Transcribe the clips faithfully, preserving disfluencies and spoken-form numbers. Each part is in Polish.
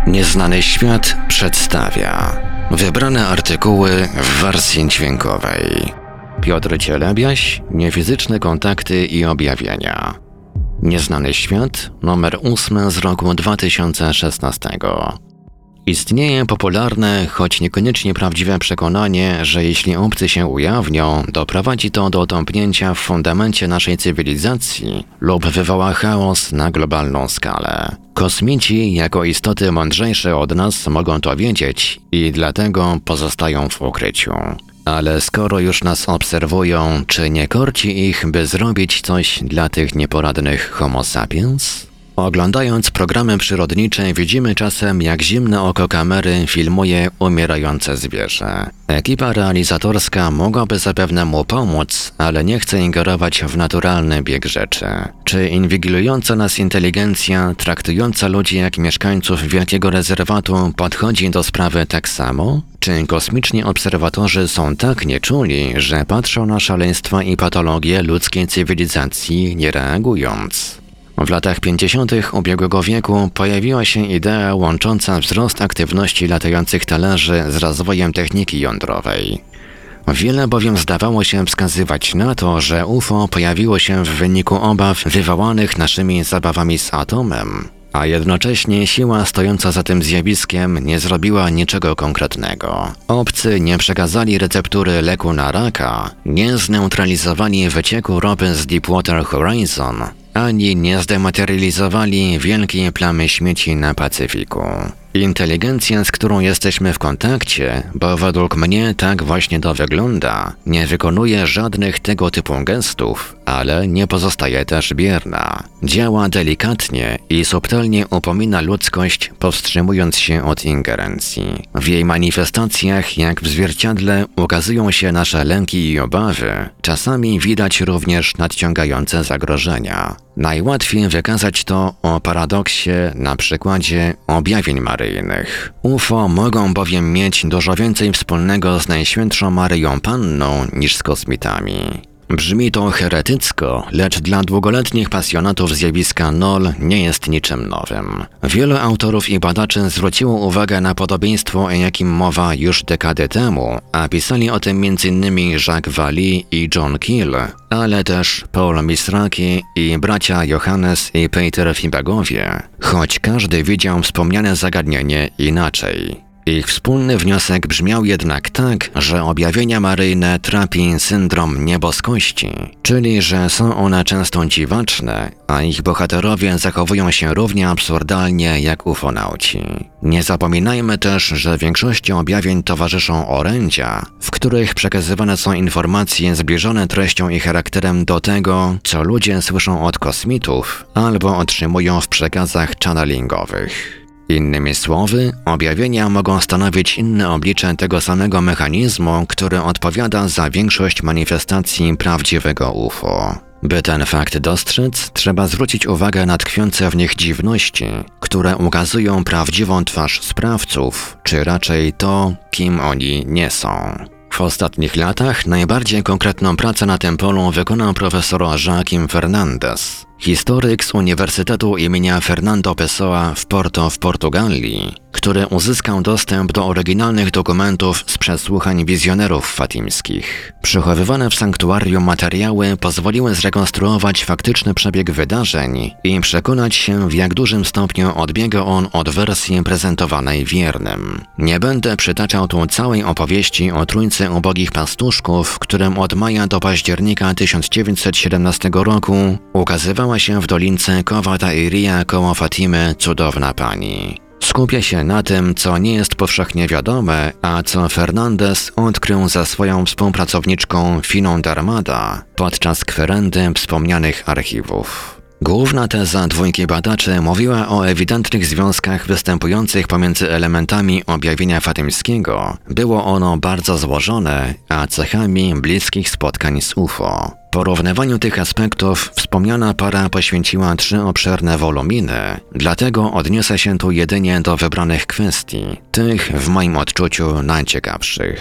Nieznany świat przedstawia wybrane artykuły w wersji dźwiękowej. Piotr Cielebiaś, Niefizyczne kontakty i objawienia. Nieznany świat, numer ósmy z roku dwa tysiące szesnastego. Istnieje popularne, choć niekoniecznie prawdziwe przekonanie, że jeśli obcy się ujawnią, doprowadzi to do tąpnięcia w fundamencie naszej cywilizacji lub wywoła chaos na globalną skalę. Kosmici, jako istoty mądrzejsze od nas, mogą to wiedzieć i dlatego pozostają w ukryciu. Ale skoro już nas obserwują, czy nie korci ich, by zrobić coś dla tych nieporadnych homo sapiens? Oglądając programy przyrodnicze, widzimy czasem, jak zimne oko kamery filmuje umierające zwierzę. Ekipa realizatorska mogłaby zapewne mu pomóc, ale nie chce ingerować w naturalny bieg rzeczy. Czy inwigilująca nas inteligencja, traktująca ludzi jak mieszkańców wielkiego rezerwatu, podchodzi do sprawy tak samo? Czy kosmiczni obserwatorzy są tak nieczuli, że patrzą na szaleństwa i patologie ludzkiej cywilizacji, nie reagując? W latach pięćdziesiątych ubiegłego wieku pojawiła się idea łącząca wzrost aktywności latających talarzy z rozwojem techniki jądrowej. Wiele bowiem zdawało się wskazywać na to, że U F O pojawiło się w wyniku obaw wywołanych naszymi zabawami z atomem, a jednocześnie siła stojąca za tym zjawiskiem nie zrobiła niczego konkretnego. Obcy nie przekazali receptury leku na raka, nie zneutralizowali wycieku ropy z Deepwater Horizon, ani nie zdematerializowali wielkiej plamy śmieci na Pacyfiku. Inteligencja, z którą jesteśmy w kontakcie, bo według mnie tak właśnie to wygląda, nie wykonuje żadnych tego typu gestów, ale nie pozostaje też bierna. Działa delikatnie i subtelnie upomina ludzkość, powstrzymując się od ingerencji. W jej manifestacjach, jak w zwierciadle, ukazują się nasze lęki i obawy. Czasami widać również nadciągające zagrożenia. Najłatwiej wykazać to o paradoksie na przykładzie objawień maryjnych. U F O mogą bowiem mieć dużo więcej wspólnego z Najświętszą Maryją Panną niż z kosmitami. Brzmi to heretycko, lecz dla długoletnich pasjonatów zjawiska N O L nie jest niczym nowym. Wielu autorów i badaczy zwróciło uwagę na podobieństwo, o jakim mowa już dekady temu, a pisali o tym między innymi Jacques Vallée i John Keel, ale też Paul Misraki i bracia Johannes i Peter Fibagowie, choć każdy widział wspomniane zagadnienie inaczej. Ich wspólny wniosek brzmiał jednak tak, że objawienia maryjne trapi syndrom nieboskości, czyli że są one często dziwaczne, a ich bohaterowie zachowują się równie absurdalnie jak ufonauci. Nie zapominajmy też, że większości objawień towarzyszą orędzia, w których przekazywane są informacje zbliżone treścią i charakterem do tego, co ludzie słyszą od kosmitów albo otrzymują w przekazach channelingowych. Innymi słowy, objawienia mogą stanowić inne oblicze tego samego mechanizmu, który odpowiada za większość manifestacji prawdziwego U F O. By ten fakt dostrzec, trzeba zwrócić uwagę na tkwiące w nich dziwności, które ukazują prawdziwą twarz sprawców, czy raczej to, kim oni nie są. W ostatnich latach najbardziej konkretną pracę na tym polu wykonał profesor Joaquim Fernandes, historyk z Uniwersytetu imienia Fernando Pessoa w Porto w Portugalii, który uzyskał dostęp do oryginalnych dokumentów z przesłuchań wizjonerów fatimskich. Przechowywane w sanktuarium materiały pozwoliły zrekonstruować faktyczny przebieg wydarzeń i przekonać się, w jak dużym stopniu odbiega on od wersji prezentowanej wiernym. Nie będę przytaczał tu całej opowieści o trójcy ubogich pastuszków, w którym od maja do października tysiąc dziewięćset siedemnastego roku ukazywała się w dolince Cova da Iria koło Fatimy cudowna pani. Skupię się na tym, co nie jest powszechnie wiadome, a co Fernandes odkrył ze swoją współpracowniczką Finą Darmada podczas kwerendy wspomnianych archiwów. Główna teza dwójki badaczy mówiła o ewidentnych związkach występujących pomiędzy elementami objawienia fatymskiego. Było ono bardzo złożone, a cechami bliskich spotkań z U F O. Porównywaniu tych aspektów wspomniana para poświęciła trzy obszerne woluminy, dlatego odniosę się tu jedynie do wybranych kwestii, tych w moim odczuciu najciekawszych.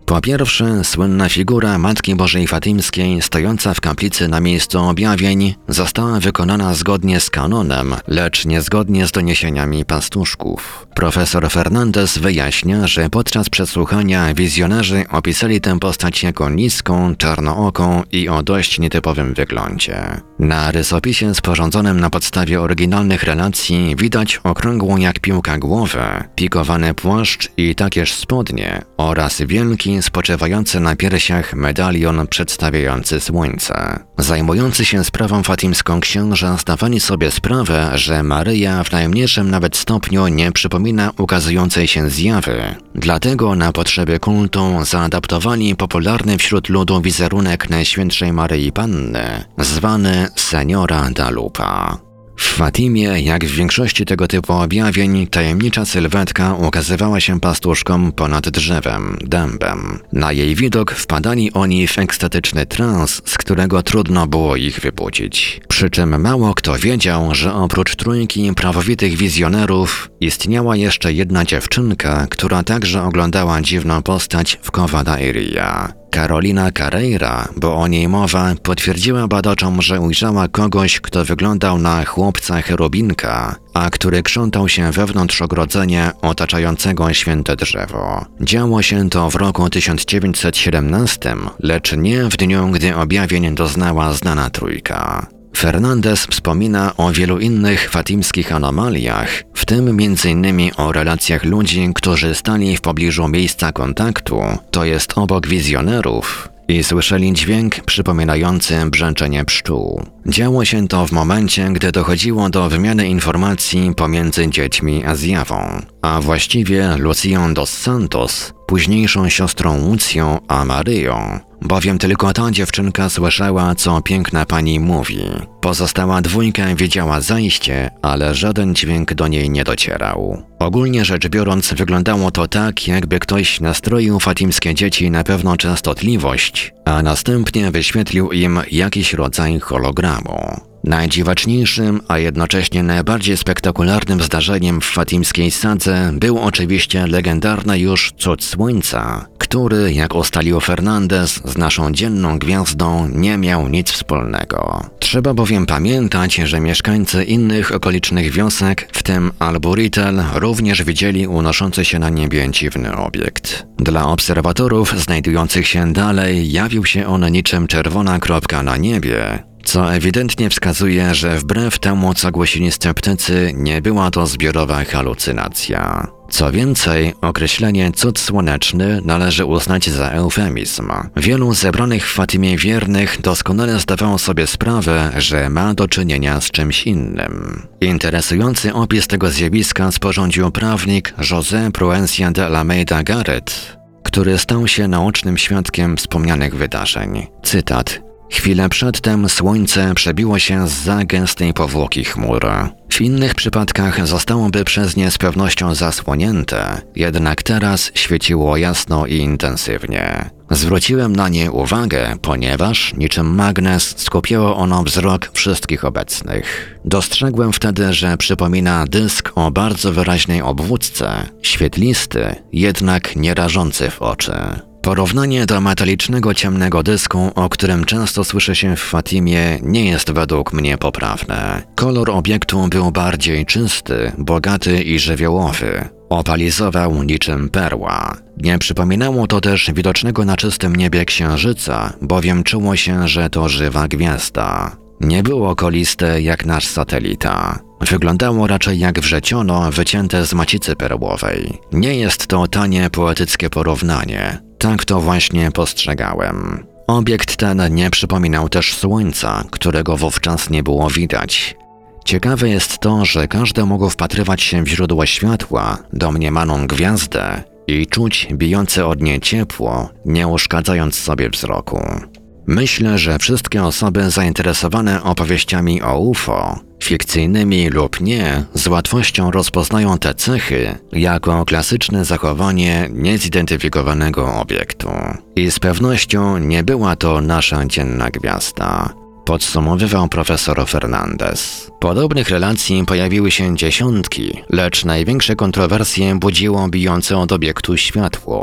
Po pierwsze, słynna figura Matki Bożej Fatimskiej stojąca w kaplicy na miejscu objawień została wykonana zgodnie z kanonem, lecz niezgodnie z doniesieniami pastuszków. Profesor Fernandez wyjaśnia, że podczas przesłuchania wizjonerzy opisali tę postać jako niską, czarnooką i o dość nietypowym wyglądzie. Na rysopisie sporządzonym na podstawie oryginalnych relacji widać okrągłą jak piłka głowę, pikowany płaszcz i takież spodnie oraz wielki, spoczywający na piersiach medalion przedstawiający słońce. Zajmujący się sprawą fatimską księża zdawali sobie sprawę, że Maryja w najmniejszym nawet stopniu nie przypomina ukazującej się zjawy. Dlatego na potrzeby kultu zaadaptowali popularny wśród ludu wizerunek Najświętszej Maryi Panny, zwany Seniora da Lupa. W Fatimie, jak w większości tego typu objawień, tajemnicza sylwetka ukazywała się pastuszkom ponad drzewem, dębem. Na jej widok wpadali oni w ekstatyczny trans, z którego trudno było ich wybudzić. Przy czym mało kto wiedział, że oprócz trójki prawowitych wizjonerów istniała jeszcze jedna dziewczynka, która także oglądała dziwną postać w Cova da Iria. Carolina Carreira, bo o niej mowa, potwierdziła badaczom, że ujrzała kogoś, kto wyglądał na chłopca cherubinka, a który krzątał się wewnątrz ogrodzenia otaczającego święte drzewo. Działo się to w roku tysiąc dziewięćset siedemnastym, lecz nie w dniu, gdy objawień doznała znana trójka. Fernandez wspomina o wielu innych fatimskich anomaliach, w tym między innymi o relacjach ludzi, którzy stali w pobliżu miejsca kontaktu, to jest obok wizjonerów, i słyszeli dźwięk przypominający brzęczenie pszczół. Działo się to w momencie, gdy dochodziło do wymiany informacji pomiędzy dziećmi a zjawą, a właściwie Lucją dos Santos, późniejszą siostrą Łucją a Maryją, bowiem tylko ta dziewczynka słyszała, co piękna pani mówi. Pozostała dwójka widziała zajście, ale żaden dźwięk do niej nie docierał. Ogólnie rzecz biorąc, wyglądało to tak, jakby ktoś nastroił fatimskie dzieci na pewną częstotliwość, a następnie wyświetlił im jakiś rodzaj hologramu. Najdziwaczniejszym, a jednocześnie najbardziej spektakularnym zdarzeniem w fatimskiej sadze był oczywiście legendarny już cud słońca, który, jak ustalił Fernandez, z naszą dzienną gwiazdą nie miał nic wspólnego. Trzeba bowiem pamiętać, że mieszkańcy innych okolicznych wiosek, w tym Alburitel, również widzieli unoszący się na niebie dziwny obiekt. Dla obserwatorów znajdujących się dalej jawił się on niczym czerwona kropka na niebie, co ewidentnie wskazuje, że wbrew temu, co głosili sceptycy, nie była to zbiorowa halucynacja. Co więcej, określenie cud słoneczny należy uznać za eufemizm. Wielu zebranych w Fatimie wiernych doskonale zdawało sobie sprawę, że ma do czynienia z czymś innym. Interesujący opis tego zjawiska sporządził prawnik José Pruencia de Almeida Garrett, który stał się naocznym świadkiem wspomnianych wydarzeń. Cytat. Chwilę przedtem słońce przebiło się zza gęstej powłoki chmur. W innych przypadkach zostałoby przez nie z pewnością zasłonięte, jednak teraz świeciło jasno i intensywnie. Zwróciłem na nie uwagę, ponieważ, niczym magnes, skupiło ono wzrok wszystkich obecnych. Dostrzegłem wtedy, że przypomina dysk o bardzo wyraźnej obwódce, świetlisty, jednak nie rażący w oczy. Porównanie do metalicznego ciemnego dysku, o którym często słyszy się w Fatimie, nie jest według mnie poprawne. Kolor obiektu był bardziej czysty, bogaty i żywiołowy. Opalizował niczym perła. Nie przypominało to też widocznego na czystym niebie księżyca, bowiem czuło się, że to żywa gwiazda. Nie było koliste jak nasz satelita. Wyglądało raczej jak wrzeciono wycięte z macicy perłowej. Nie jest to tanie poetyckie porównanie. Tak to właśnie postrzegałem. Obiekt ten nie przypominał też słońca, którego wówczas nie było widać. Ciekawe jest to, że każdy mógł wpatrywać się w źródło światła, domniemaną gwiazdę i czuć bijące od niej ciepło, nie uszkadzając sobie wzroku. Myślę, że wszystkie osoby zainteresowane opowieściami o U F O, fikcyjnymi lub nie, z łatwością rozpoznają te cechy jako klasyczne zachowanie niezidentyfikowanego obiektu. I z pewnością nie była to nasza dzienna gwiazda. Podsumowywał profesor Fernandez. Podobnych relacji pojawiły się dziesiątki, lecz największe kontrowersje budziło bijące od obiektu światło.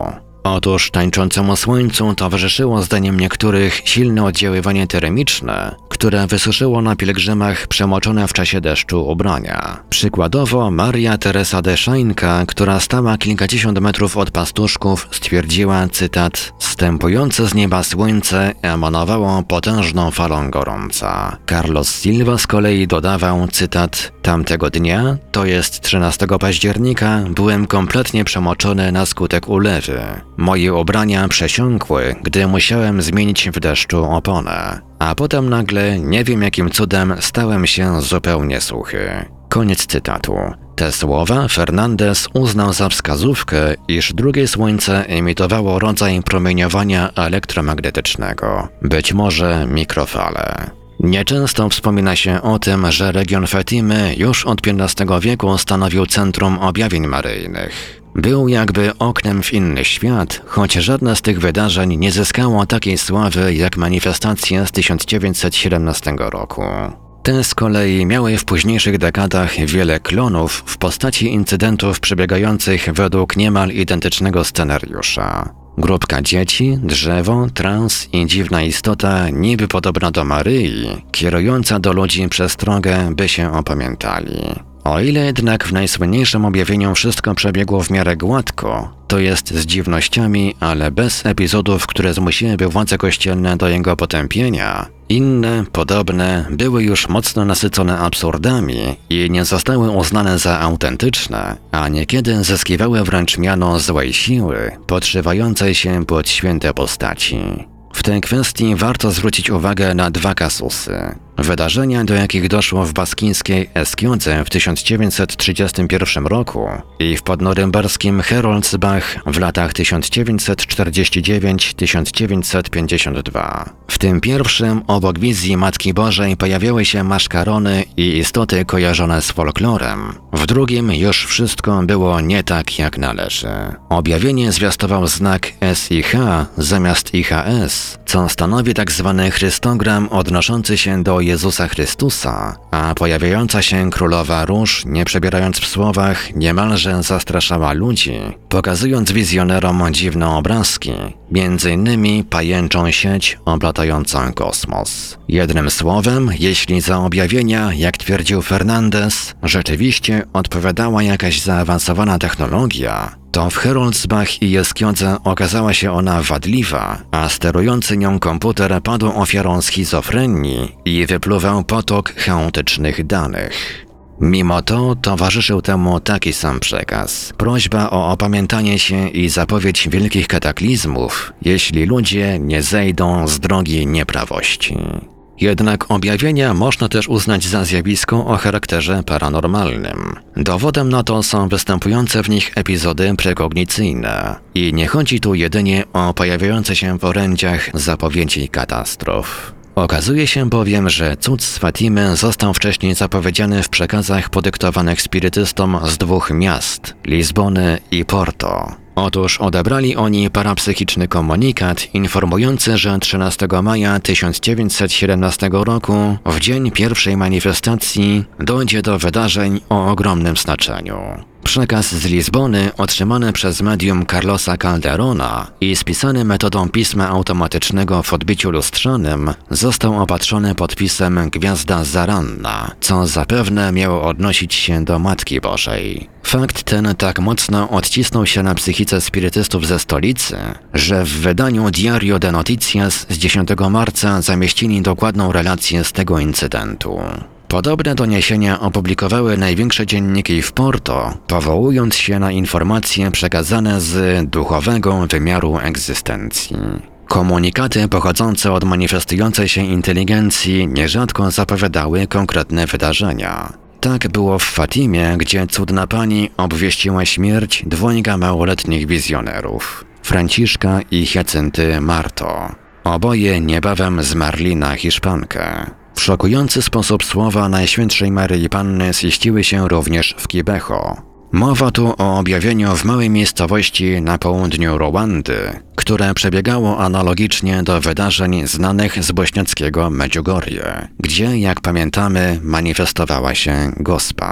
Otóż tańczącemu słońcu towarzyszyło zdaniem niektórych silne oddziaływanie termiczne, które wysuszyło na pielgrzymach przemoczone w czasie deszczu ubrania. Przykładowo Maria Teresa de Szańka, która stała kilkadziesiąt metrów od pastuszków, stwierdziła, cytat, zstępujące z nieba słońce emanowało potężną falą gorąca. Carlos Silva z kolei dodawał, cytat, tamtego dnia, to jest trzynastego października, byłem kompletnie przemoczony na skutek ulewy. Moje ubrania przesiąkły, gdy musiałem zmienić w deszczu oponę. A potem nagle, nie wiem jakim cudem, stałem się zupełnie suchy. Koniec cytatu. Te słowa Fernandez uznał za wskazówkę, iż drugie słońce emitowało rodzaj promieniowania elektromagnetycznego, być może mikrofale. Nieczęsto wspomina się o tym, że region Fatimy już od piętnastego wieku stanowił centrum objawień maryjnych. Był jakby oknem w inny świat, choć żadne z tych wydarzeń nie zyskało takiej sławy jak manifestacje z tysiąc dziewięćset siedemnastego roku. Te z kolei miały w późniejszych dekadach wiele klonów w postaci incydentów przebiegających według niemal identycznego scenariusza. Grupka dzieci, drzewo, trans i dziwna istota niby podobna do Maryi, kierująca do ludzi przestrogę, by się opamiętali. O ile jednak w najsłynniejszym objawieniu wszystko przebiegło w miarę gładko, to jest z dziwnościami, ale bez epizodów, które zmusiłyby władze kościelne do jego potępienia, inne, podobne, były już mocno nasycone absurdami i nie zostały uznane za autentyczne, a niekiedy zyskiwały wręcz miano złej siły, podszywającej się pod święte postaci. W tej kwestii warto zwrócić uwagę na dwa kasusy. Wydarzenia, do jakich doszło w baskińskiej Eskiodze w tysiąc dziewięćset trzydziestym pierwszym roku i w podnorymberskim Heroldsbach w latach tysiąc dziewięćset czterdziesty dziewiąty do tysiąc dziewięćset pięćdziesiątego drugiego. W tym pierwszym obok wizji Matki Bożej pojawiały się maszkarony i istoty kojarzone z folklorem. W drugim już wszystko było nie tak jak należy. Objawienie zwiastował znak S I H zamiast I H S, co stanowi tak zwany chrystogram odnoszący się do Jezusa Chrystusa, a pojawiająca się królowa róż, nie przebierając w słowach, niemalże zastraszała ludzi, pokazując wizjonerom dziwne obrazki, między innymi pajęczą sieć oplatającą kosmos. Jednym słowem, jeśli za objawienia, jak twierdził Fernandez, rzeczywiście odpowiadała jakaś zaawansowana technologia, to w Heroldsbach i Eskiodze okazała się ona wadliwa, a sterujący nią komputer padł ofiarą schizofrenii i wypluwał potok chaotycznych danych. Mimo to towarzyszył temu taki sam przekaz. Prośba o opamiętanie się i zapowiedź wielkich kataklizmów, jeśli ludzie nie zejdą z drogi nieprawości. Jednak objawienia można też uznać za zjawisko o charakterze paranormalnym. Dowodem na to są występujące w nich epizody prekognicyjne. I nie chodzi tu jedynie o pojawiające się w orędziach zapowiedzi katastrof. Okazuje się bowiem, że cud z Fatimy został wcześniej zapowiedziany w przekazach podyktowanych spirytystom z dwóch miast, Lizbony i Porto. Otóż odebrali oni parapsychiczny komunikat informujący, że trzynastego maja tysiąc dziewięćset siedemnastego roku, w dzień pierwszej manifestacji, dojdzie do wydarzeń o ogromnym znaczeniu. Przekaz z Lizbony otrzymany przez medium Carlosa Calderona i spisany metodą pisma automatycznego w odbiciu lustrzanym został opatrzony podpisem Gwiazda Zaranna, co zapewne miało odnosić się do Matki Bożej. Fakt ten tak mocno odcisnął się na psychice spirytystów ze stolicy, że w wydaniu Diario de Noticias z dziesiątego marca zamieścili dokładną relację z tego incydentu. Podobne doniesienia opublikowały największe dzienniki w Porto, powołując się na informacje przekazane z duchowego wymiaru egzystencji. Komunikaty pochodzące od manifestującej się inteligencji nierzadko zapowiadały konkretne wydarzenia. Tak było w Fatimie, gdzie cudna pani obwieściła śmierć dwojga małoletnich wizjonerów, Franciszka i Hiacynty Marto. Oboje niebawem zmarli na Hiszpankę. W szokujący sposób słowa Najświętszej Maryi Panny ziściły się również w Kibeho. Mowa tu o objawieniu w małej miejscowości na południu Rwandy, które przebiegało analogicznie do wydarzeń znanych z bośniackiego Medjugorje, gdzie, jak pamiętamy, manifestowała się Gospa.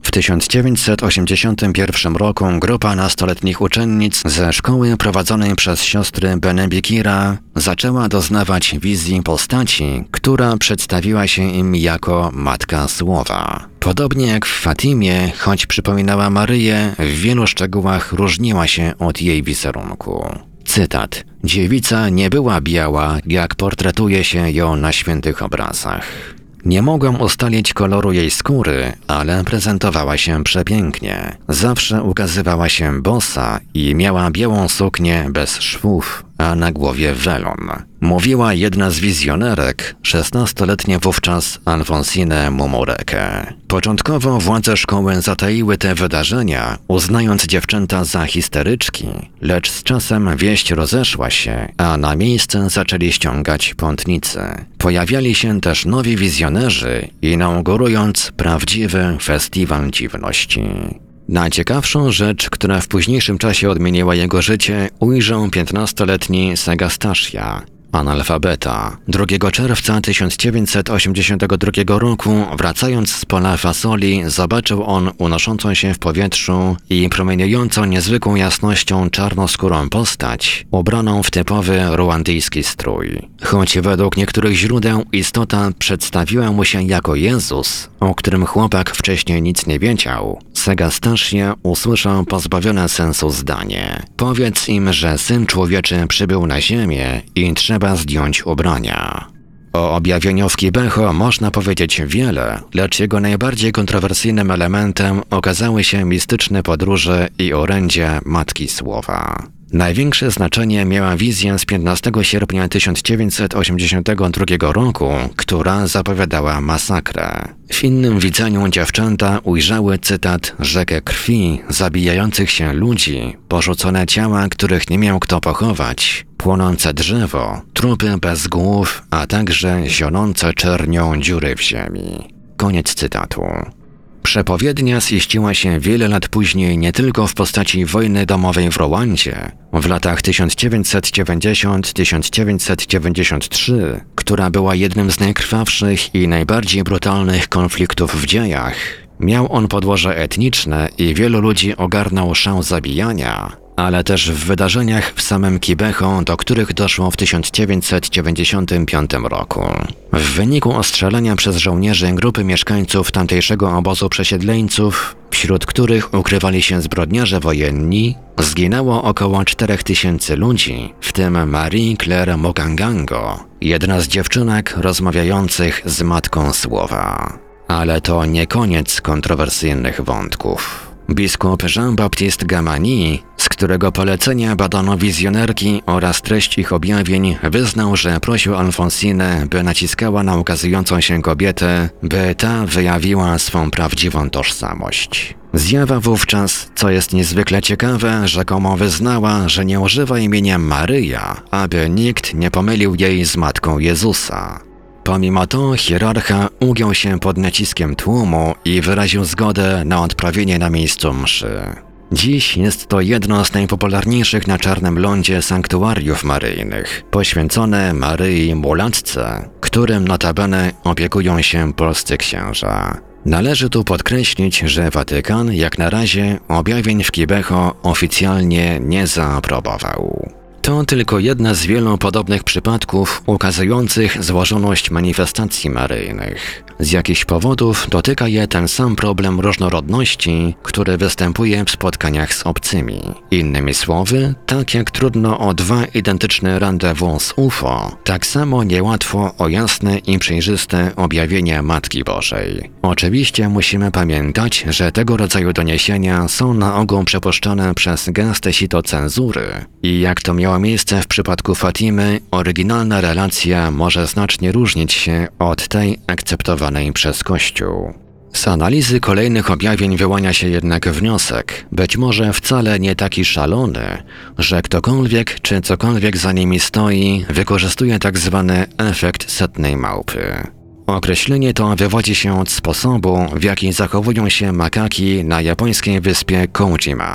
W tysiąc dziewięćset osiemdziesiątym pierwszym roku grupa nastoletnich uczennic ze szkoły prowadzonej przez siostry Benebikira zaczęła doznawać wizji postaci, która przedstawiła się im jako Matka Słowa. Podobnie jak w Fatimie, choć przypominała Maryję, w wielu szczegółach różniła się od jej wizerunku. Cytat. Dziewica nie była biała, jak portretuje się ją na świętych obrazach. Nie mogłam ustalić koloru jej skóry, ale prezentowała się przepięknie. Zawsze ukazywała się bosa i miała białą suknię bez szwów, a na głowie welon. Mówiła jedna z wizjonerek, szesnastoletnia wówczas Alfonsine Mumureke. Początkowo władze szkoły zataiły te wydarzenia, uznając dziewczęta za histeryczki, lecz z czasem wieść rozeszła się, a na miejsce zaczęli ściągać pątnicy. Pojawiali się też nowi wizjonerzy, inaugurując prawdziwy festiwal dziwności. Najciekawszą rzecz, która w późniejszym czasie odmieniła jego życie, ujrzał piętnastoletni Segastashia, analfabeta. drugiego czerwca tysiąc dziewięćset osiemdziesiątego drugiego roku, wracając z pola fasoli, zobaczył on unoszącą się w powietrzu i promieniującą niezwykłą jasnością czarnoskórą postać, ubraną w typowy ruandyjski strój. Choć według niektórych źródeł istota przedstawiła mu się jako Jezus, o którym chłopak wcześniej nic nie wiedział, Segastashia usłyszał pozbawione sensu zdanie. Powiedz im, że Syn Człowieczy przybył na ziemię i trzeba zdjąć ubrania. O objawieniu w Kibeho można powiedzieć wiele, lecz jego najbardziej kontrowersyjnym elementem okazały się mistyczne podróże i orędzie Matki Słowa. Największe znaczenie miała wizja z piętnastego sierpnia tysiąc dziewięćset osiemdziesiątego drugiego roku, która zapowiadała masakrę. W innym widzeniu dziewczęta ujrzały, cytat, rzekę krwi, zabijających się ludzi, porzucone ciała, których nie miał kto pochować, płonące drzewo, trupy bez głów, a także zionące czernią dziury w ziemi. Koniec cytatu. Przepowiednia ziściła się wiele lat później nie tylko w postaci wojny domowej w Rwandzie, w latach tysiąc dziewięćset dziewięćdziesiątym do tysiąc dziewięćset dziewięćdziesiątego trzeciego, która była jednym z najkrwawszych i najbardziej brutalnych konfliktów w dziejach. Miał on podłoże etniczne i wielu ludzi ogarnął szał zabijania, ale też w wydarzeniach w samym Kibeho, do których doszło w tysiąc dziewięćset dziewięćdziesiątym piątym roku. W wyniku ostrzelenia przez żołnierzy grupy mieszkańców tamtejszego obozu przesiedleńców, wśród których ukrywali się zbrodniarze wojenni, zginęło około czterech tysięcy ludzi, w tym Marie Claire Mukangango, jedna z dziewczynek rozmawiających z Matką Słowa. Ale to nie koniec kontrowersyjnych wątków. Biskup Jean-Baptiste Gamani, z którego polecenia badano wizjonerki oraz treść ich objawień, wyznał, że prosił Alfonsinę, by naciskała na ukazującą się kobietę, by ta wyjawiła swą prawdziwą tożsamość. Zjawa wówczas, co jest niezwykle ciekawe, rzekomo wyznała, że nie używa imienia Maryja, aby nikt nie pomylił jej z Matką Jezusa. Pomimo to hierarcha ugiął się pod naciskiem tłumu i wyraził zgodę na odprawienie na miejscu mszy. Dziś jest to jedno z najpopularniejszych na Czarnym Lądzie sanktuariów maryjnych, poświęcone Maryi Mulatce, którym notabene opiekują się polscy księża. Należy tu podkreślić, że Watykan jak na razie objawień w Kibeho oficjalnie nie zaaprobował. To tylko jedna z wielu podobnych przypadków ukazujących złożoność manifestacji maryjnych. Z jakichś powodów dotyka je ten sam problem różnorodności, który występuje w spotkaniach z obcymi. Innymi słowy, tak jak trudno o dwa identyczne rendezvous z U F O, tak samo niełatwo o jasne i przejrzyste objawienie Matki Bożej. Oczywiście musimy pamiętać, że tego rodzaju doniesienia są na ogół przepuszczane przez gęste sito cenzury i jak to miało miejsce w przypadku Fatimy, oryginalna relacja może znacznie różnić się od tej akceptowanej przez Kościół. Z analizy kolejnych objawień wyłania się jednak wniosek, być może wcale nie taki szalony, że ktokolwiek czy cokolwiek za nimi stoi, wykorzystuje tak zwany efekt setnej małpy. Określenie to wywodzi się od sposobu, w jaki zachowują się makaki na japońskiej wyspie Kojima.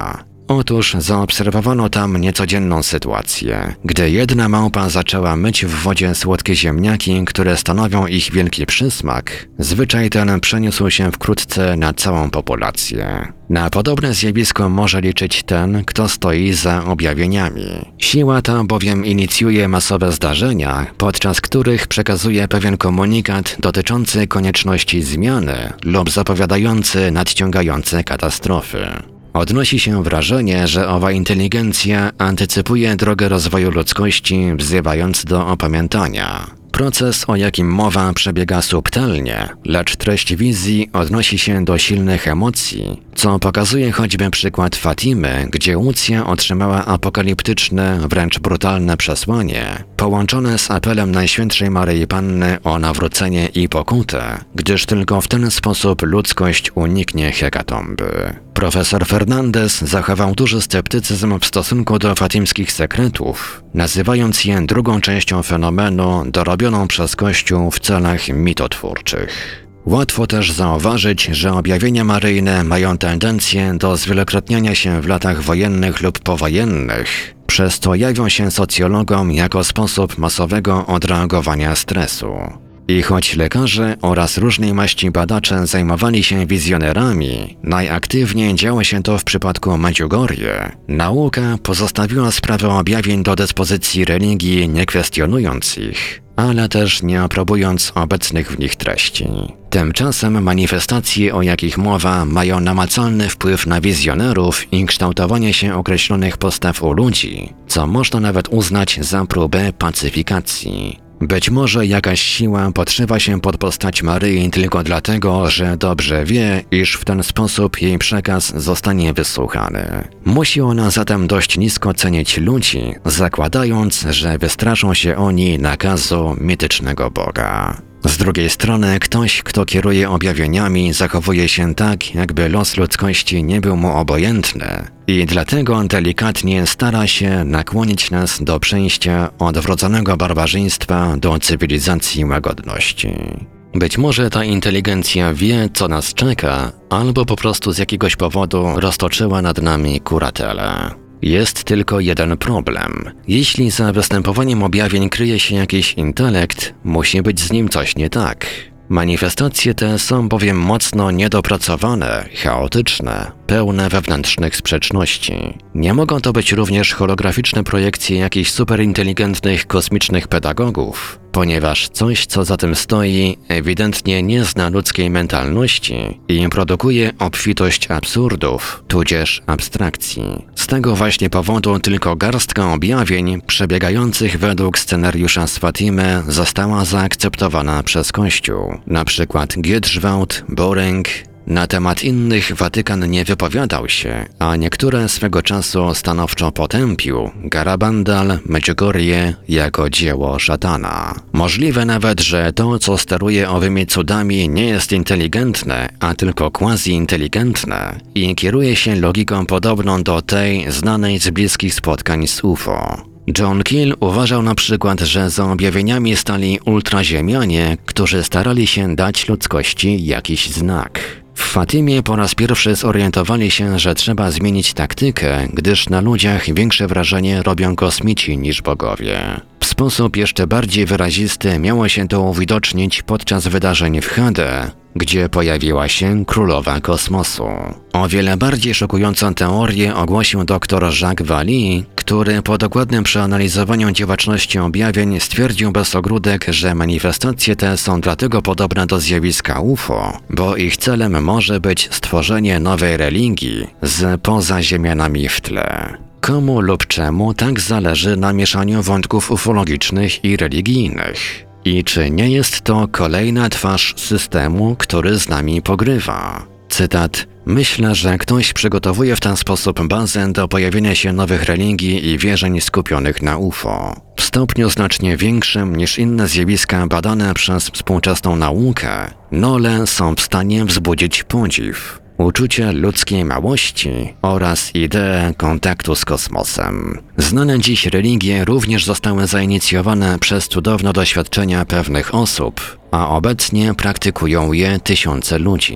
Otóż zaobserwowano tam niecodzienną sytuację. Gdy jedna małpa zaczęła myć w wodzie słodkie ziemniaki, które stanowią ich wielki przysmak, zwyczaj ten przeniósł się wkrótce na całą populację. Na podobne zjawisko może liczyć ten, kto stoi za objawieniami. Siła ta bowiem inicjuje masowe zdarzenia, podczas których przekazuje pewien komunikat dotyczący konieczności zmiany lub zapowiadający nadciągające katastrofy. Odnosi się wrażenie, że owa inteligencja antycypuje drogę rozwoju ludzkości, wzywając do opamiętania. Proces, o jakim mowa, przebiega subtelnie, lecz treść wizji odnosi się do silnych emocji, co pokazuje choćby przykład Fatimy, gdzie Łucja otrzymała apokaliptyczne, wręcz brutalne przesłanie, połączone z apelem Najświętszej Maryi Panny o nawrócenie i pokutę, gdyż tylko w ten sposób ludzkość uniknie hekatomby. Profesor Fernandez zachował duży sceptycyzm w stosunku do fatimskich sekretów, nazywając je drugą częścią fenomenu dorobioną przez Kościół w celach mitotwórczych. Łatwo też zauważyć, że objawienia maryjne mają tendencję do zwielokrotniania się w latach wojennych lub powojennych, przez co jawią się socjologom jako sposób masowego odreagowania stresu. I choć lekarze oraz różnej maści badacze zajmowali się wizjonerami, najaktywniej działo się to w przypadku Medjugorje. Nauka pozostawiła sprawę objawień do dyspozycji religii, nie kwestionując ich, ale też nie aprobując obecnych w nich treści. Tymczasem manifestacje, o jakich mowa, mają namacalny wpływ na wizjonerów i kształtowanie się określonych postaw u ludzi, co można nawet uznać za próbę pacyfikacji. Być może jakaś siła podszywa się pod postać Maryi tylko dlatego, że dobrze wie, iż w ten sposób jej przekaz zostanie wysłuchany. Musi ona zatem dość nisko cenić ludzi, zakładając, że wystraszą się oni nakazu mitycznego Boga. Z drugiej strony ktoś, kto kieruje objawieniami, zachowuje się tak, jakby los ludzkości nie był mu obojętny i dlatego delikatnie stara się nakłonić nas do przejścia od wrodzonego barbarzyństwa do cywilizacji łagodności. Być może ta inteligencja wie, co nas czeka, albo po prostu z jakiegoś powodu roztoczyła nad nami kuratelę. Jest tylko jeden problem. Jeśli za występowaniem objawień kryje się jakiś intelekt, musi być z nim coś nie tak. Manifestacje te są bowiem mocno niedopracowane, chaotyczne, pełne wewnętrznych sprzeczności. Nie mogą to być również holograficzne projekcje jakichś superinteligentnych kosmicznych pedagogów, ponieważ coś, co za tym stoi, ewidentnie nie zna ludzkiej mentalności i produkuje obfitość absurdów, tudzież abstrakcji. Z tego właśnie powodu tylko garstka objawień przebiegających według scenariusza z Fatimy została zaakceptowana przez Kościół. Na przykład Giedrzwałd, Boring. Na temat innych Watykan nie wypowiadał się, a niektóre swego czasu stanowczo potępił Garabandal, Medjugorje jako dzieło szatana. Możliwe nawet, że to, co steruje owymi cudami, nie jest inteligentne, a tylko quasi-inteligentne i kieruje się logiką podobną do tej znanej z bliskich spotkań z U F O. John Keel uważał na przykład, że za objawieniami stali ultraziemianie, którzy starali się dać ludzkości jakiś znak. W Fatimie po raz pierwszy zorientowali się, że trzeba zmienić taktykę, gdyż na ludziach większe wrażenie robią kosmici niż bogowie. W sposób jeszcze bardziej wyrazisty miało się to uwidocznić podczas wydarzeń w Hade, gdzie pojawiła się królowa kosmosu. O wiele bardziej szokującą teorię ogłosił dr Jacques Vallée, który po dokładnym przeanalizowaniu działaczności objawień stwierdził bez ogródek, że manifestacje te są dlatego podobne do zjawiska U F O, bo ich celem może być stworzenie nowej religii z pozaziemianami w tle. Komu lub czemu tak zależy na mieszaniu wątków ufologicznych i religijnych? I czy nie jest to kolejna twarz systemu, który z nami pogrywa? Cytat: myślę, że ktoś przygotowuje w ten sposób bazę do pojawienia się nowych religii i wierzeń skupionych na U F O. W stopniu znacznie większym niż inne zjawiska badane przez współczesną naukę, nole są w stanie wzbudzić podziw, uczucie ludzkiej małości oraz ideę kontaktu z kosmosem. Znane dziś religie również zostały zainicjowane przez cudowne doświadczenia pewnych osób, a obecnie praktykują je tysiące ludzi.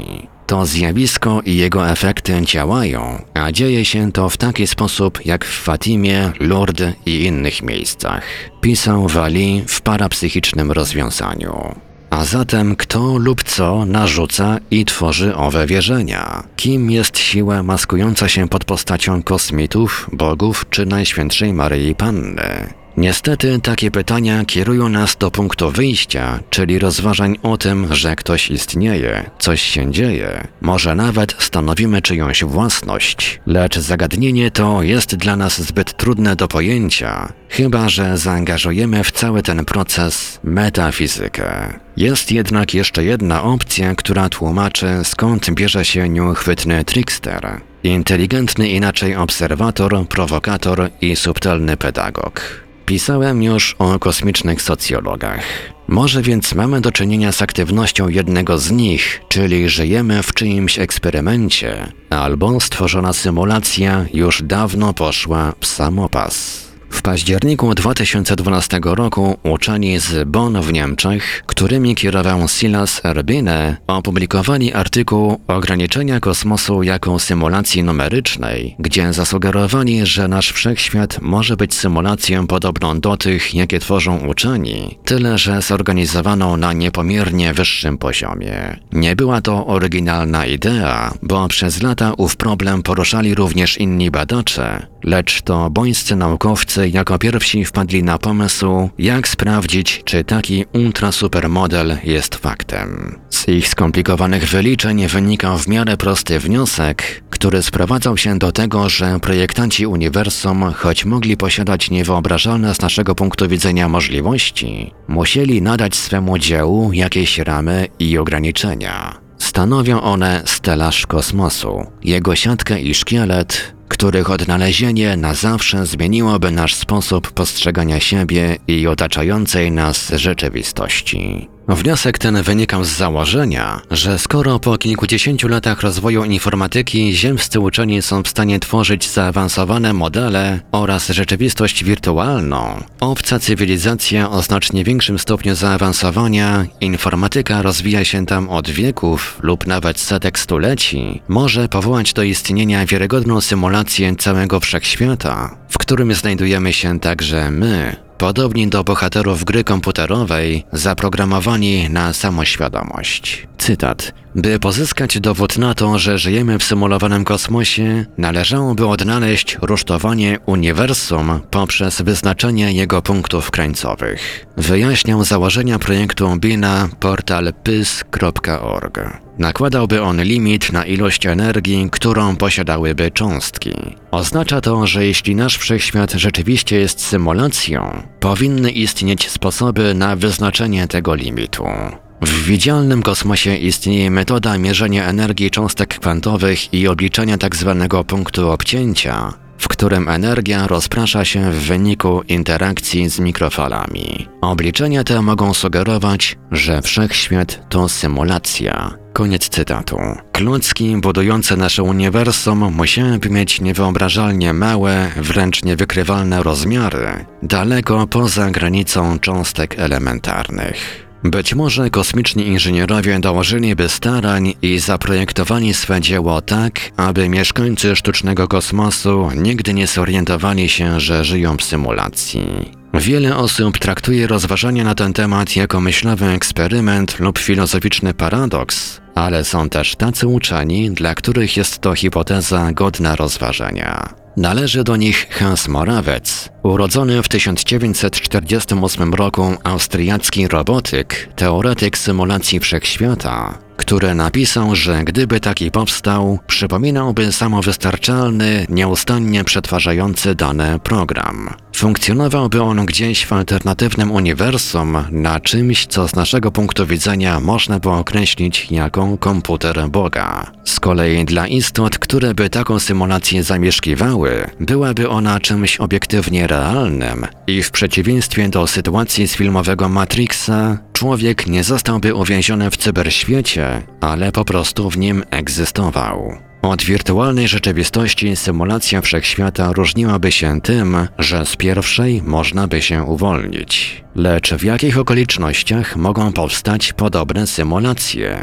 To zjawisko i jego efekty działają, a dzieje się to w taki sposób jak w Fatimie, Lourdes i innych miejscach, pisał Vallée w parapsychicznym rozwiązaniu. A zatem kto lub co narzuca i tworzy owe wierzenia? Kim jest siła maskująca się pod postacią kosmitów, bogów czy Najświętszej Maryi Panny? Niestety takie pytania kierują nas do punktu wyjścia, czyli rozważań o tym, że ktoś istnieje, coś się dzieje, może nawet stanowimy czyjąś własność, lecz zagadnienie to jest dla nas zbyt trudne do pojęcia, chyba że zaangażujemy w cały ten proces metafizykę. Jest jednak jeszcze jedna opcja, która tłumaczy, skąd bierze się nieuchwytny trickster, inteligentny inaczej obserwator, prowokator i subtelny pedagog. Pisałem już o kosmicznych socjologach. Może więc mamy do czynienia z aktywnością jednego z nich, czyli żyjemy w czyimś eksperymencie, albo stworzona symulacja już dawno poszła w samopas. W październiku dwa tysiące dwunastego roku uczeni z Bonn w Niemczech, którymi kierował Silas Erbine, opublikowali artykuł Ograniczenia kosmosu jako symulacji numerycznej, gdzie zasugerowali, że nasz wszechświat może być symulacją podobną do tych, jakie tworzą uczeni, tyle że zorganizowaną na niepomiernie wyższym poziomie. Nie była to oryginalna idea, bo przez lata ów problem poruszali również inni badacze, lecz to bońscy naukowcy jako pierwsi wpadli na pomysł, jak sprawdzić, czy taki ultrasupermodel jest faktem. Z ich skomplikowanych wyliczeń wynikał w miarę prosty wniosek, który sprowadzał się do tego, że projektanci uniwersum, choć mogli posiadać niewyobrażalne z naszego punktu widzenia możliwości, musieli nadać swemu dziełu jakieś ramy i ograniczenia. Stanowią one stelaż kosmosu, jego siatkę i szkielet, których odnalezienie na zawsze zmieniłoby nasz sposób postrzegania siebie i otaczającej nas rzeczywistości. Wniosek ten wynikał z założenia, że skoro po kilkudziesięciu latach rozwoju informatyki ziemscy uczeni są w stanie tworzyć zaawansowane modele oraz rzeczywistość wirtualną, obca cywilizacja o znacznie większym stopniu zaawansowania, informatyka rozwija się tam od wieków lub nawet setek stuleci, może powołać do istnienia wiarygodną symulację całego wszechświata, w którym znajdujemy się także my, podobni do bohaterów gry komputerowej, zaprogramowani na samoświadomość. Cytat. By pozyskać dowód na to, że żyjemy w symulowanym kosmosie, należałoby odnaleźć rusztowanie uniwersum poprzez wyznaczenie jego punktów krańcowych. Wyjaśniał założenia projektu Billa portal pys kropka org. Nakładałby on limit na ilość energii, którą posiadałyby cząstki. Oznacza to, że jeśli nasz wszechświat rzeczywiście jest symulacją, powinny istnieć sposoby na wyznaczenie tego limitu. W widzialnym kosmosie istnieje metoda mierzenia energii cząstek kwantowych i obliczenia tzw. punktu obcięcia, w którym energia rozprasza się w wyniku interakcji z mikrofalami. Obliczenia te mogą sugerować, że wszechświat to symulacja. Koniec cytatu. Klocki budujące nasze uniwersum musiałyby mieć niewyobrażalnie małe, wręcz niewykrywalne rozmiary, daleko poza granicą cząstek elementarnych. Być może kosmiczni inżynierowie dołożyliby starań i zaprojektowali swe dzieło tak, aby mieszkańcy sztucznego kosmosu nigdy nie zorientowali się, że żyją w symulacji. Wiele osób traktuje rozważania na ten temat jako myślowy eksperyment lub filozoficzny paradoks, ale są też tacy uczeni, dla których jest to hipoteza godna rozważenia. Należy do nich Hans Moravec, urodzony w tysiąc dziewięćset czterdziestym ósmym roku austriacki robotyk, teoretyk symulacji wszechświata, który napisał, że gdyby taki powstał, przypominałby samowystarczalny, nieustannie przetwarzający dane program. Funkcjonowałby on gdzieś w alternatywnym uniwersum na czymś, co z naszego punktu widzenia można by określić jako komputer Boga. Z kolei dla istot, które by taką symulację zamieszkiwały, byłaby ona czymś obiektywnie realnym i w przeciwieństwie do sytuacji z filmowego Matrixa, człowiek nie zostałby uwięziony w cyberświecie, ale po prostu w nim egzystował. Od wirtualnej rzeczywistości symulacja wszechświata różniłaby się tym, że z pierwszej można by się uwolnić. Lecz w jakich okolicznościach mogą powstać podobne symulacje?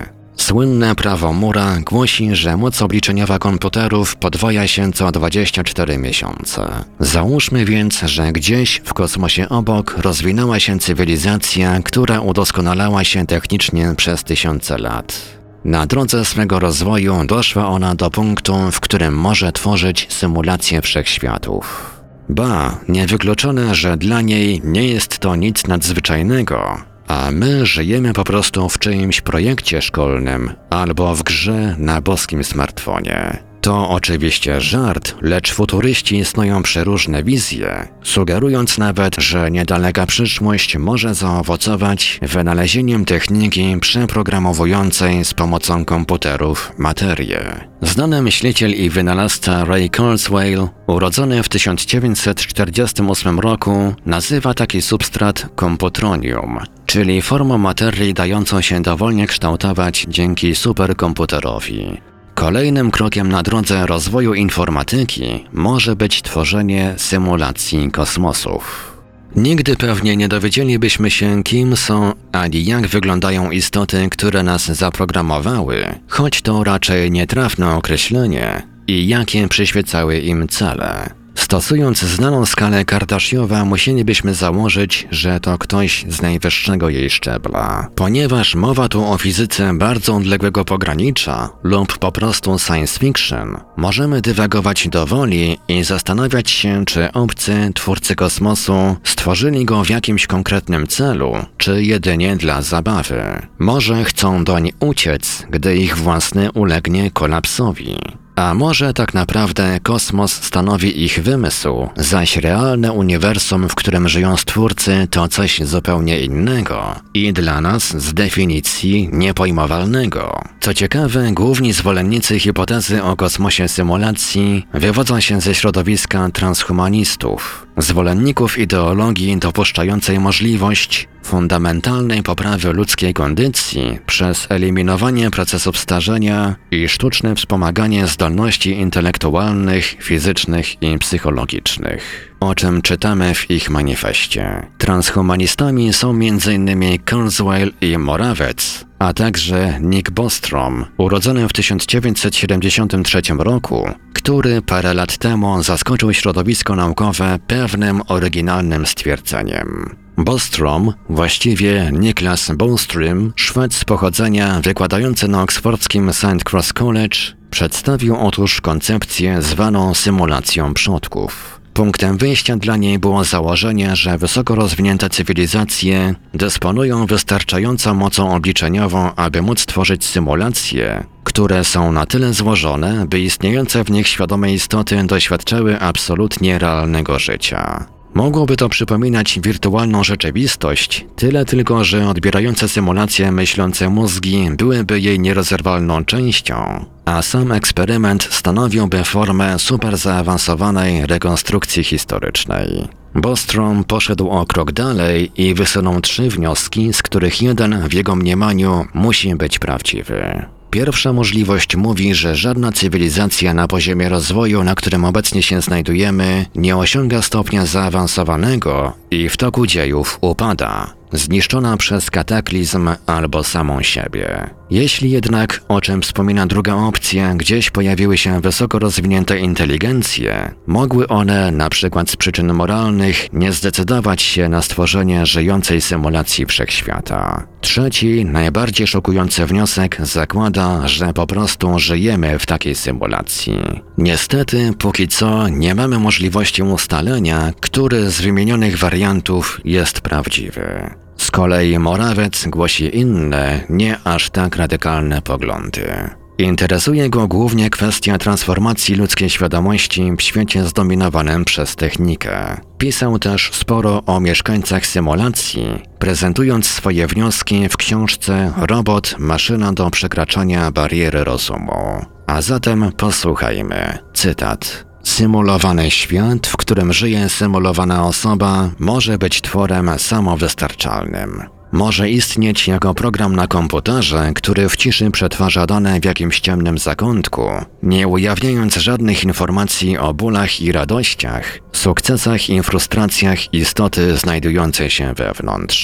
Słynne prawo Moore'a głosi, że moc obliczeniowa komputerów podwaja się co dwadzieścia cztery miesiące. Załóżmy więc, że gdzieś w kosmosie obok rozwinęła się cywilizacja, która udoskonalała się technicznie przez tysiące lat. Na drodze swego rozwoju doszła ona do punktu, w którym może tworzyć symulacje wszechświatów. Ba, niewykluczone, że dla niej nie jest to nic nadzwyczajnego, a my żyjemy po prostu w czyimś projekcie szkolnym albo w grze na boskim smartfonie. To oczywiście żart, lecz futuryści snują przeróżne wizje, sugerując nawet, że niedaleka przyszłość może zaowocować wynalezieniem techniki przeprogramowującej z pomocą komputerów materię. Znany myśliciel i wynalazca Ray Kurzweil, urodzony w tysiąc dziewięćset czterdziestym ósmym roku, nazywa taki substrat komputronium, czyli formą materii dającą się dowolnie kształtować dzięki superkomputerowi. Kolejnym krokiem na drodze rozwoju informatyki może być tworzenie symulacji kosmosów. Nigdy pewnie nie dowiedzielibyśmy się, kim są ani jak wyglądają istoty, które nas zaprogramowały, choć to raczej nietrafne określenie, i jakie przyświecały im cele. Stosując znaną skalę Kardaszowa, musielibyśmy założyć, że to ktoś z najwyższego jej szczebla. Ponieważ mowa tu o fizyce bardzo odległego pogranicza lub po prostu science fiction, możemy dywagować do woli i zastanawiać się, czy obcy twórcy kosmosu stworzyli go w jakimś konkretnym celu, czy jedynie dla zabawy. Może chcą doń uciec, gdy ich własny ulegnie kolapsowi. A może tak naprawdę kosmos stanowi ich wymysł, zaś realne uniwersum, w którym żyją stwórcy, to coś zupełnie innego i dla nas z definicji niepojmowalnego. Co ciekawe, główni zwolennicy hipotezy o kosmosie symulacji wywodzą się ze środowiska transhumanistów, zwolenników ideologii dopuszczającej możliwość fundamentalnej poprawy ludzkiej kondycji przez eliminowanie procesów starzenia i sztuczne wspomaganie zdolności intelektualnych, fizycznych i psychologicznych, o czym czytamy w ich manifestie. Transhumanistami są między innymi Kurzweil i Moravec, a także Nick Bostrom, urodzony w tysiąc dziewięćset siedemdziesiątym trzecim roku, który parę lat temu zaskoczył środowisko naukowe pewnym oryginalnym stwierdzeniem. Bostrom, właściwie Niklas Bostrom, Szwed z pochodzenia wykładający na oksfordzkim Saint Cross College, przedstawił otóż koncepcję zwaną symulacją przodków. Punktem wyjścia dla niej było założenie, że wysoko rozwinięte cywilizacje dysponują wystarczającą mocą obliczeniową, aby móc tworzyć symulacje, które są na tyle złożone, by istniejące w nich świadome istoty doświadczały absolutnie realnego życia. Mogłoby to przypominać wirtualną rzeczywistość, tyle tylko, że odbierające symulacje myślące mózgi byłyby jej nierozerwalną częścią, a sam eksperyment stanowiłby formę super zaawansowanej rekonstrukcji historycznej. Bostrom poszedł o krok dalej i wysunął trzy wnioski, z których jeden w jego mniemaniu musi być prawdziwy. Pierwsza możliwość mówi, że żadna cywilizacja na poziomie rozwoju, na którym obecnie się znajdujemy, nie osiąga stopnia zaawansowanego i w toku dziejów upada, zniszczona przez kataklizm albo samą siebie. Jeśli jednak, o czym wspomina druga opcja, gdzieś pojawiły się wysoko rozwinięte inteligencje, mogły one, na przykład z przyczyn moralnych, nie zdecydować się na stworzenie żyjącej symulacji wszechświata. Trzeci, najbardziej szokujący wniosek zakłada, że po prostu żyjemy w takiej symulacji. Niestety, póki co nie mamy możliwości ustalenia, który z wymienionych wariantów jest prawdziwy. Z kolei Moravec głosi inne, nie aż tak radykalne poglądy. Interesuje go głównie kwestia transformacji ludzkiej świadomości w świecie zdominowanym przez technikę. Pisał też sporo o mieszkańcach symulacji, prezentując swoje wnioski w książce Robot – maszyna do przekraczania bariery rozumu. A zatem posłuchajmy. Cytat. Symulowany świat, w którym żyje symulowana osoba, może być tworem samowystarczalnym. Może istnieć jako program na komputerze, który w ciszy przetwarza dane w jakimś ciemnym zakątku, nie ujawniając żadnych informacji o bólach i radościach, sukcesach i frustracjach istoty znajdującej się wewnątrz.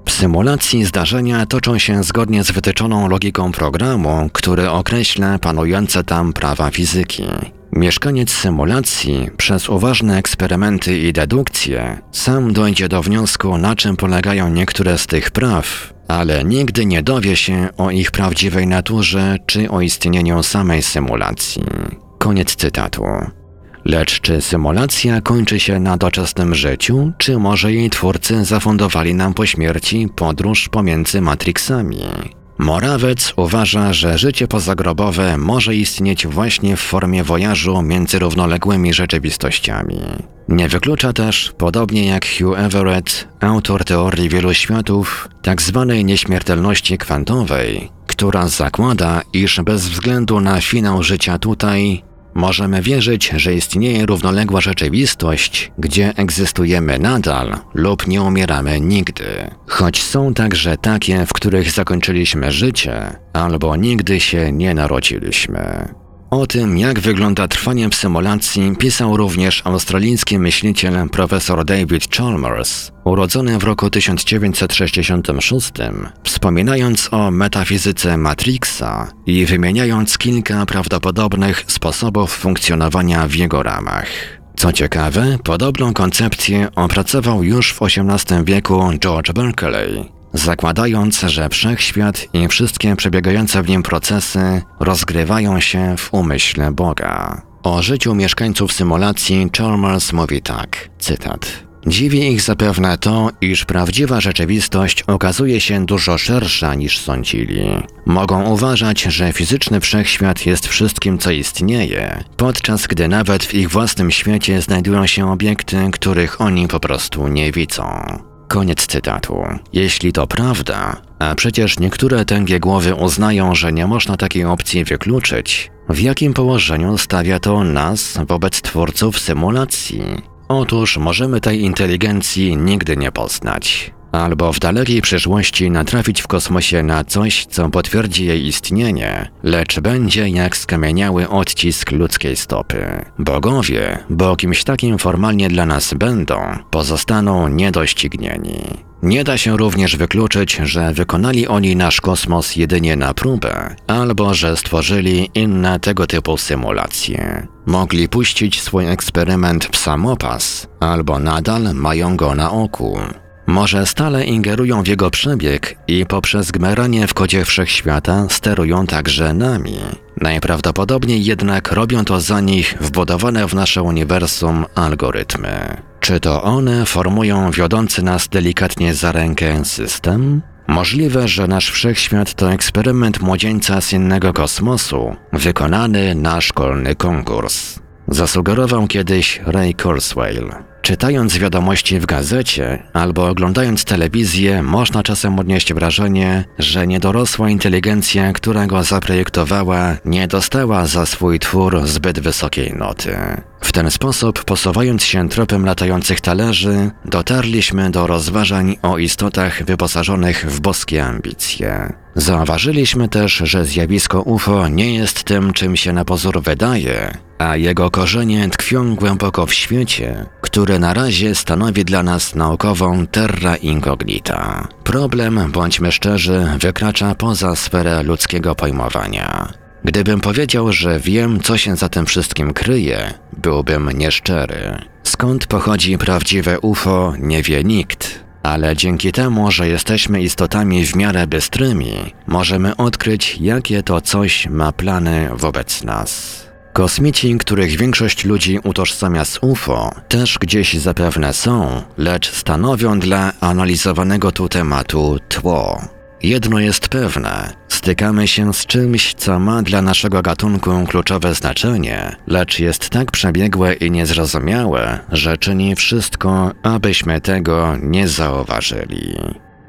W symulacji zdarzenia toczą się zgodnie z wytyczoną logiką programu, który określa panujące tam prawa fizyki. Mieszkaniec symulacji przez uważne eksperymenty i dedukcje sam dojdzie do wniosku, na czym polegają niektóre z tych praw, ale nigdy nie dowie się o ich prawdziwej naturze czy o istnieniu samej symulacji. Koniec cytatu. Lecz czy symulacja kończy się na doczesnym życiu, czy może jej twórcy zafundowali nam po śmierci podróż pomiędzy Matrixami? Morawec uważa, że życie pozagrobowe może istnieć właśnie w formie wojażu między równoległymi rzeczywistościami. Nie wyklucza też, podobnie jak Hugh Everett, autor teorii wielu światów, tzw. nieśmiertelności kwantowej, która zakłada, iż bez względu na finał życia tutaj, możemy wierzyć, że istnieje równoległa rzeczywistość, gdzie egzystujemy nadal lub nie umieramy nigdy. Choć są także takie, w których zakończyliśmy życie, albo nigdy się nie narodziliśmy. O tym, jak wygląda trwanie w symulacji, pisał również australijski myśliciel profesor David Chalmers, urodzony w roku tysiąc dziewięćset sześćdziesiątym szóstym, wspominając o metafizyce Matrixa i wymieniając kilka prawdopodobnych sposobów funkcjonowania w jego ramach. Co ciekawe, podobną koncepcję opracował już w osiemnastym wieku George Berkeley, zakładając, że wszechświat i wszystkie przebiegające w nim procesy rozgrywają się w umyśle Boga. O życiu mieszkańców symulacji Chalmers mówi tak, cytat: Dziwi ich zapewne to, iż prawdziwa rzeczywistość okazuje się dużo szersza niż sądzili. Mogą uważać, że fizyczny wszechświat jest wszystkim, co istnieje, podczas gdy nawet w ich własnym świecie znajdują się obiekty, których oni po prostu nie widzą. Koniec cytatu. Jeśli to prawda, a przecież niektóre tęgie głowy uznają, że nie można takiej opcji wykluczyć, w jakim położeniu stawia to nas wobec twórców symulacji? Otóż możemy tej inteligencji nigdy nie poznać, albo w dalekiej przyszłości natrafić w kosmosie na coś, co potwierdzi jej istnienie, lecz będzie jak skamieniały odcisk ludzkiej stopy. Bogowie, bo kimś takim formalnie dla nas będą, pozostaną niedoścignieni. Nie da się również wykluczyć, że wykonali oni nasz kosmos jedynie na próbę, albo że stworzyli inne tego typu symulacje. Mogli puścić swój eksperyment w samopas, albo nadal mają go na oku. Może stale ingerują w jego przebieg i poprzez gmeranie w kodzie wszechświata sterują także nami. Najprawdopodobniej jednak robią to za nich wbudowane w nasze uniwersum algorytmy. Czy to one formują wiodący nas delikatnie za rękę system? Możliwe, że nasz wszechświat to eksperyment młodzieńca z innego kosmosu, wykonany na szkolny konkurs. Zasugerował kiedyś Ray Kurzweil. Czytając wiadomości w gazecie albo oglądając telewizję, można czasem odnieść wrażenie, że niedorosła inteligencja, która go zaprojektowała, nie dostała za swój twór zbyt wysokiej noty. W ten sposób, posuwając się tropem latających talerzy, dotarliśmy do rozważań o istotach wyposażonych w boskie ambicje. Zauważyliśmy też, że zjawisko U F O nie jest tym, czym się na pozór wydaje, a jego korzenie tkwią głęboko w świecie, który na razie stanowi dla nas naukową terra incognita. Problem, bądźmy szczerzy, wykracza poza sferę ludzkiego pojmowania. Gdybym powiedział, że wiem, co się za tym wszystkim kryje, byłbym nieszczery. Skąd pochodzi prawdziwe U F O, nie wie nikt. Ale dzięki temu, że jesteśmy istotami w miarę bystrymi, możemy odkryć, jakie to coś ma plany wobec nas. Kosmici, których większość ludzi utożsamia z U F O, też gdzieś zapewne są, lecz stanowią dla analizowanego tu tematu tło. Jedno jest pewne, stykamy się z czymś, co ma dla naszego gatunku kluczowe znaczenie, lecz jest tak przebiegłe i niezrozumiałe, że czyni wszystko, abyśmy tego nie zauważyli.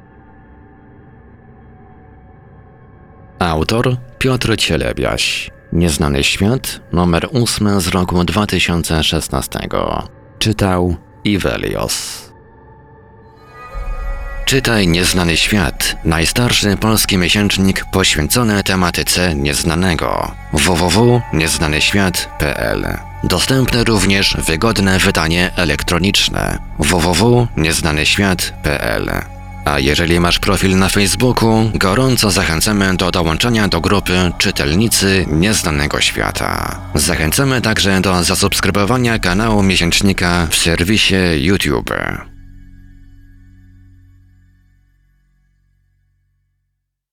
Autor Piotr Cielebiaś. Nieznany świat, numer ósmy z roku dwa tysiące szesnastego. Czytał Ivelios. Czytaj Nieznany świat, najstarszy polski miesięcznik poświęcony tematyce nieznanego. w w w kropka nieznany świat kropka p l. Dostępne również wygodne wydanie elektroniczne w w w kropka nieznany świat kropka p l. A jeżeli masz profil na Facebooku, gorąco zachęcamy do dołączenia do grupy Czytelnicy Nieznanego Świata. Zachęcamy także do zasubskrybowania kanału Miesięcznika w serwisie YouTube.